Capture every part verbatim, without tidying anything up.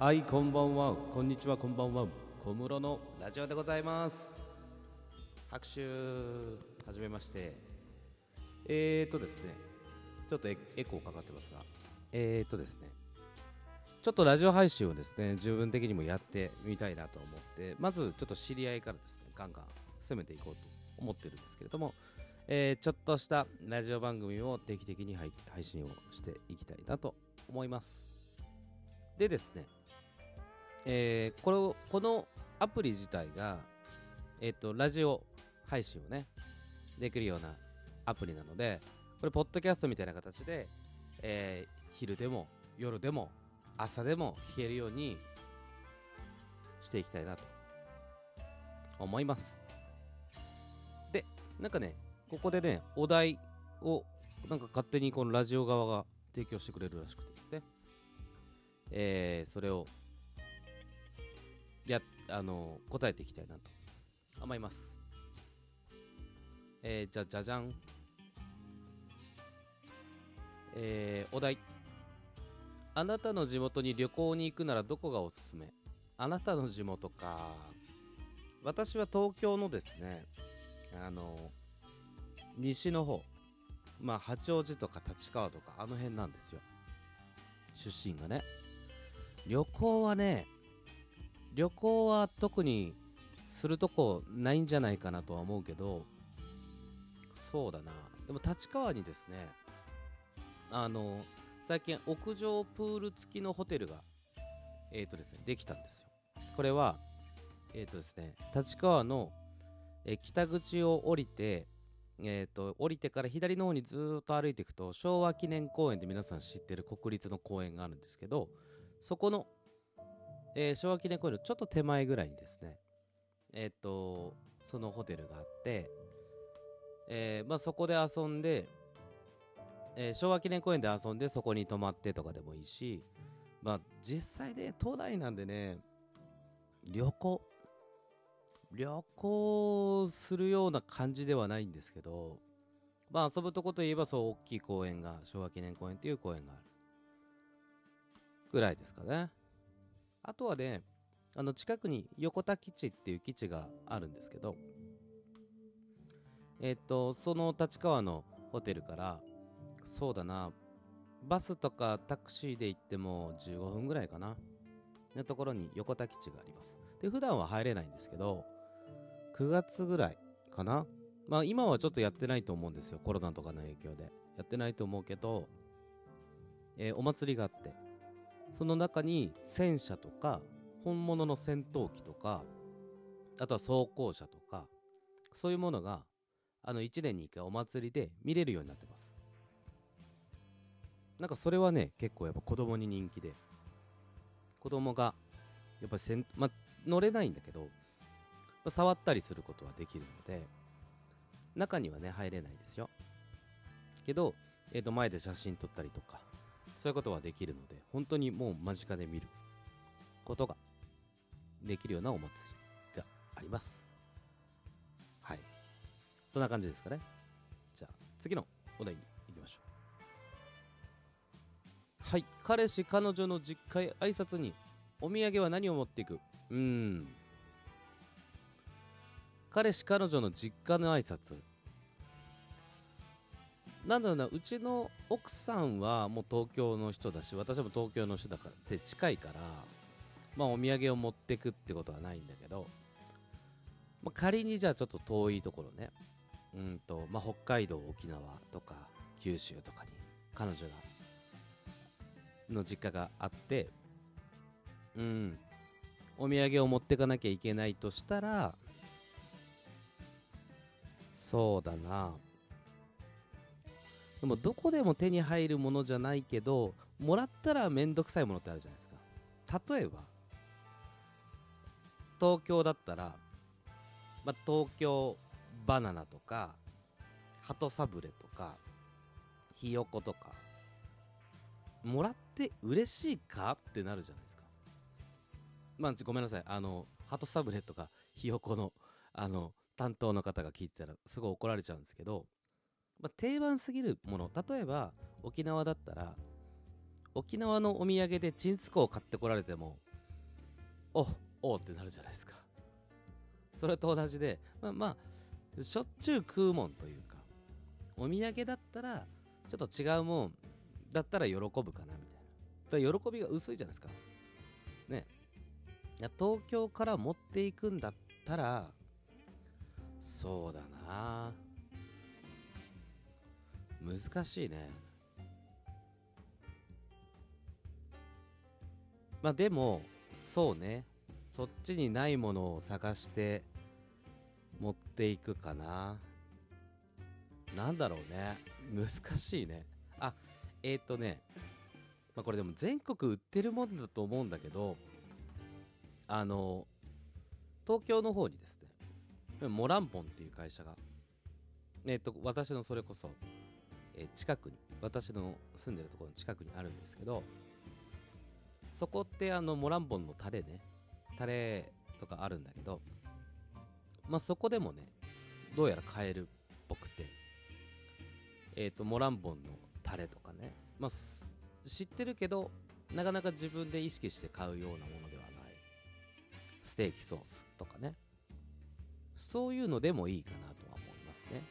はい、こんばんは、こんにちは、こんばんは。小室のラジオでございます。拍手。はじめまして。えーとですねちょっとエエコーかかってますが、えーとですねちょっとラジオ配信をですね自分的にもやってみたいなと思って、まずちょっと知り合いからですねガンガン攻めていこうと思ってるんですけれども、えーちょっとしたラジオ番組を定期的に配配信をしていきたいなと思います。でですねえーこのこのアプリ自体が、えー、とラジオ配信をねできるようなアプリなので、これポッドキャストみたいな形で、えー昼でも夜でも朝でも聞けるようにしていきたいなと思います。で、なんかねここでねお題をなんか勝手にこのラジオ側が提供してくれるらしくてですね、えーそれをやあの答えていきたいなと思います。えー、じゃじゃじゃん、えー、お題。あなたの地元に旅行に行くならどこがおすすめ？あなたの地元か。私は東京のですねあの西の方、まあ八王子とか立川とかあの辺なんですよ、出身がね。旅行はね旅行は特にするとこないんじゃないかなとは思うけど、そうだな、でも立川にですねあの最近屋上プール付きのホテルがえーとですねできたんですよ。これはえーとですね立川のえー北口を降りてえーと降りてから左の方にずーっと歩いていくと昭和記念公園で皆さん知ってる国立の公園があるんですけど、そこの、えー昭和記念公園のちょっと手前ぐらいにですねえーとそのホテルがあって、えーまあ、そこで遊んで、えー昭和記念公園で遊んでそこに泊まってとかでもいいし、まあ実際で都内なんでね旅行旅行するような感じではないんですけど、まあ遊ぶとこといえばそう大きい公園が昭和記念公園っていう公園があるぐらいですかね。あとはねあの近くに横田基地っていう基地があるんですけど、えっとその立川のホテルからそうだなバスとかタクシーで行ってもじゅうごふんぐらいかなのところに横田基地があります。で普段は入れないんですけどくがつぐらいかな、まあ今はちょっとやってないと思うんですよ、コロナとかの影響でやってないと思うけど、えーお祭りがあって、その中に戦車とか本物の戦闘機とかあとは装甲車とかそういうものがあのいちねんにいっかいお祭りで見れるようになってます。なんかそれはね結構やっぱ子供に人気で、子供がやっぱりせん、まあ、乗れないんだけど、まあ触ったりすることはできるので中にはね入れないですよけど、えーと前で写真撮ったりとかそういうことはできるので本当にもう間近で見ることができるようなお祭りがあります。はい、そんな感じですかね。じゃあ次のお題に行きましょう。はい、彼氏彼女の実家へ挨拶にお土産は何を持っていく？うーん彼氏彼女の実家の挨拶なんだろうな、うちの奥さんはもう東京の人だし私も東京の人だからって近いから、まあお土産を持ってくってことはないんだけど、まあ、仮にじゃあちょっと遠いところね、うんとまあ北海道沖縄とか九州とかに彼女がの実家があって、うんお土産を持ってかなきゃいけないとしたら、そうだな、でもどこでも手に入るものじゃないけどもらったらめんどくさいものってあるじゃないですか。例えば東京だったら、まあ、東京バナナとか鳩サブレとかひよことかもらって嬉しいかってなるじゃないですか。まあごめんなさい、あの鳩サブレとかひよこのあの担当の方が聞いてたらすごい怒られちゃうんですけど、まあ、定番すぎるもの、例えば沖縄だったら沖縄のお土産でチンスコを買ってこられてもおおってなるじゃないですか。それと同じで、まあまあしょっちゅう食うもんというか、お土産だったらちょっと違うもんだったら喜ぶかなみたいな。だから喜びが薄いじゃないですかね。いや東京から持っていくんだったら、そうだな、難しいね。まあでもそうね、そっちにないものを探して持っていくかな。なんだろうね、難しいね。あ、えっ、ー、とね、まあ、これでも全国売ってるもんだと思うんだけど、あの東京の方にですね、モランポンっていう会社が、えっ、ー、と私のそれこそ、えー近くに、私の住んでるところの近くにあるんですけど、そこってあのモランポンのタレね、タレとかあるんだけど、まあそこでもね、どうやら買えるっぽくて、えっ、とモランポンのタレとかね、まあす知ってるけどなかなか自分で意識して買うようなものではないステーキソースとかね、そういうのでもいいかなとは思いますね。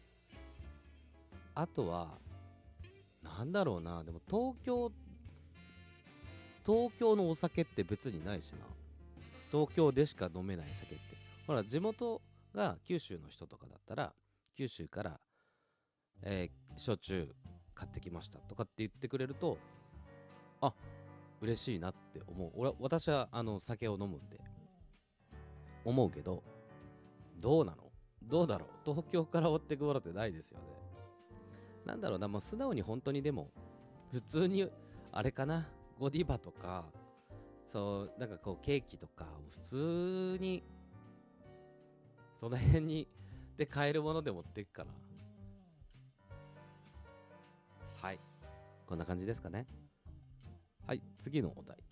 あとはなんだろうな、でも東京東京のお酒って別にないしな。東京でしか飲めない酒って、ほら地元が九州の人とかだったら、九州から、えー焼酎買ってきましたとかって言ってくれると、あ、嬉しいなって思う。俺私はあの酒を飲むんで思うけど、どうなの、どうだろう、東京から追ってくものってないですよね。なんだろうな、もう素直に本当にでも普通にあれかな、ゴディバとか、そうなんかこうケーキとか普通にその辺にで買えるもので持っていくかな。はい、こんな感じですかね。はい、次のお題。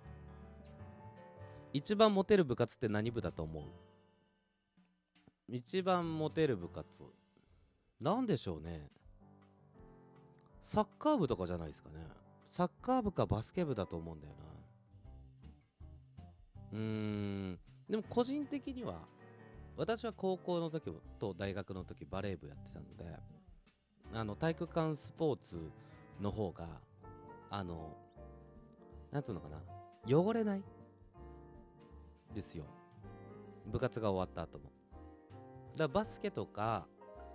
一番モテる部活って何部だと思う？一番モテる部活なんでしょうね。サッカー部とかじゃないですかね。サッカー部かバスケ部だと思うんだよな。うーん、でも個人的には私は高校の時と大学の時バレー部やってたので、あの体育館スポーツの方があのなんつうのかな、汚れないですよ、部活が終わった後も。だからバスケとか、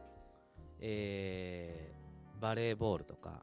えー、バレーボールとか、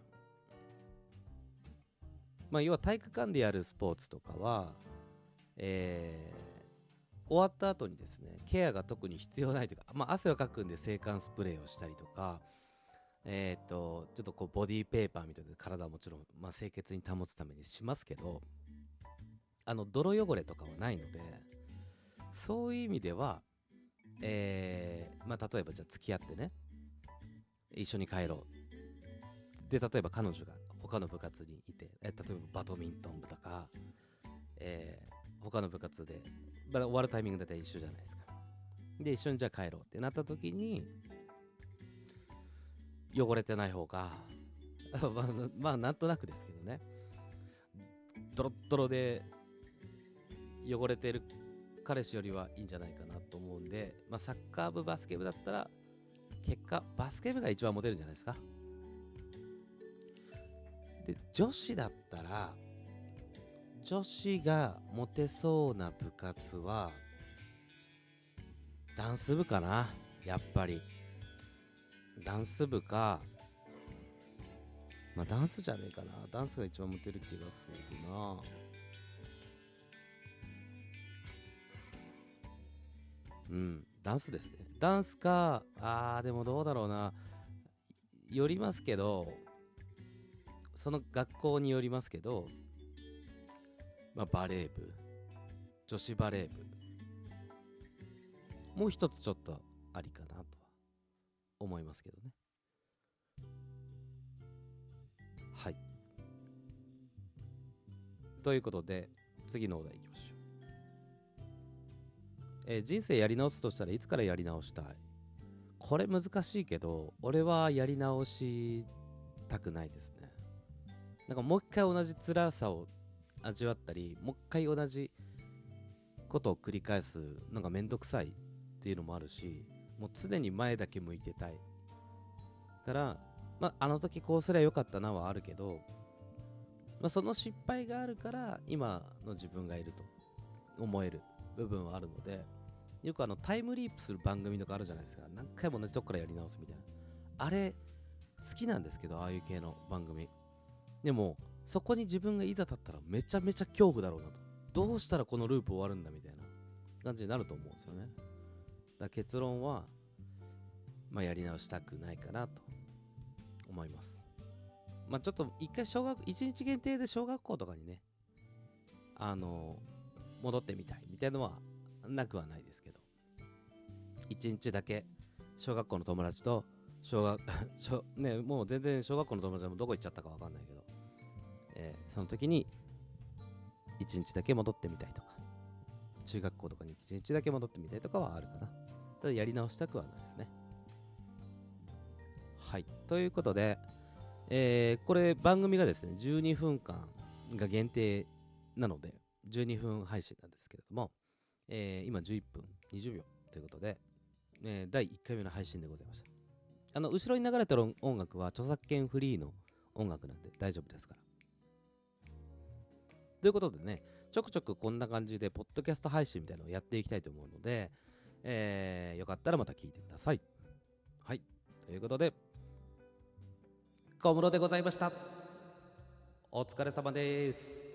まあ要は体育館でやるスポーツとかは、えー、終わった後にですね、ケアが特に必要ないというか、まあ汗をかくんで制汗スプレーをしたりとか、えー、とちょっとこうボディーペーパーみたいな体はもちろん、まあ、清潔に保つためにしますけど、あの泥汚れとかはないので、そういう意味では、えーまあ、例えばじゃあ付き合ってね、一緒に帰ろうで、例えば彼女が他の部活にいて、え例えばバドミントン部とか、えー他の部活で、まあ、終わるタイミングだったら一緒じゃないですか。で一緒にじゃあ帰ろうってなった時に、汚れてない方がまあ、まあなんとなくですけどね、ドロッドロで汚れてる彼氏よりはいいんじゃないかなと思うんで、まあ、サッカー部バスケ部だったら結果バスケ部が一番モテるんじゃないですか。で女子だったら、女子がモテそうな部活はダンス部かな。やっぱりダンス部か、まあダンスじゃねえかな。ダンスが一番モテる気がするな。うん、ダンスですね。ダンスか、あーでもどうだろうな。よりますけど、その学校によりますけど、まあバレー部、女子バレー部、もう一つちょっとありかなとは思いますけどね。はい。ということで次のお題いきましょう。えー人生やり直すとしたらいつからやり直したい？これ難しいけど、俺はやり直したくないですね。なんかもう一回同じ辛さを味わったり、もう一回同じことを繰り返すのがめんどくさいっていうのもあるし、もう常に前だけ向いてたいから、まあ、あの時こうすりゃよかったなはあるけど、まあ、その失敗があるから今の自分がいると思える部分はあるので、よくあのタイムリープする番組とかあるじゃないですか。何回も同じとこからやり直すみたいな、あれ好きなんですけど、ああいう系の番組でもそこに自分がいざ立ったらめちゃめちゃ恐怖だろうなと、どうしたらこのループ終わるんだみたいな感じになると思うんですよね。だから結論は、まあ、やり直したくないかなと思います。まあちょっと一回小学一日限定で小学校とかにね、あの戻ってみたいみたいなのはなくはないですけど、一日だけ小学校の友達と小学小ねもう全然小学校の友達もどこ行っちゃったか分かんないけど、えー、その時に一日だけ戻ってみたいとか、中学校とかに一日だけ戻ってみたいとかはあるかな。ただやり直したくはないですね。はい、ということで、えー、これ番組がですねじゅうにふんかんが限定なのでじゅうにふん配信なんですけれども、えー、今じゅういっぷんにじゅうびょうということで、えー、だいいっかいめの配信でございました。あの後ろに流れてる音楽は著作権フリーの音楽なんで大丈夫ですから。ということでね、ちょくちょくこんな感じでポッドキャスト配信みたいなのをやっていきたいと思うので、えー、よかったらまた聞いてください。はい、ということで小室でございました。お疲れ様です。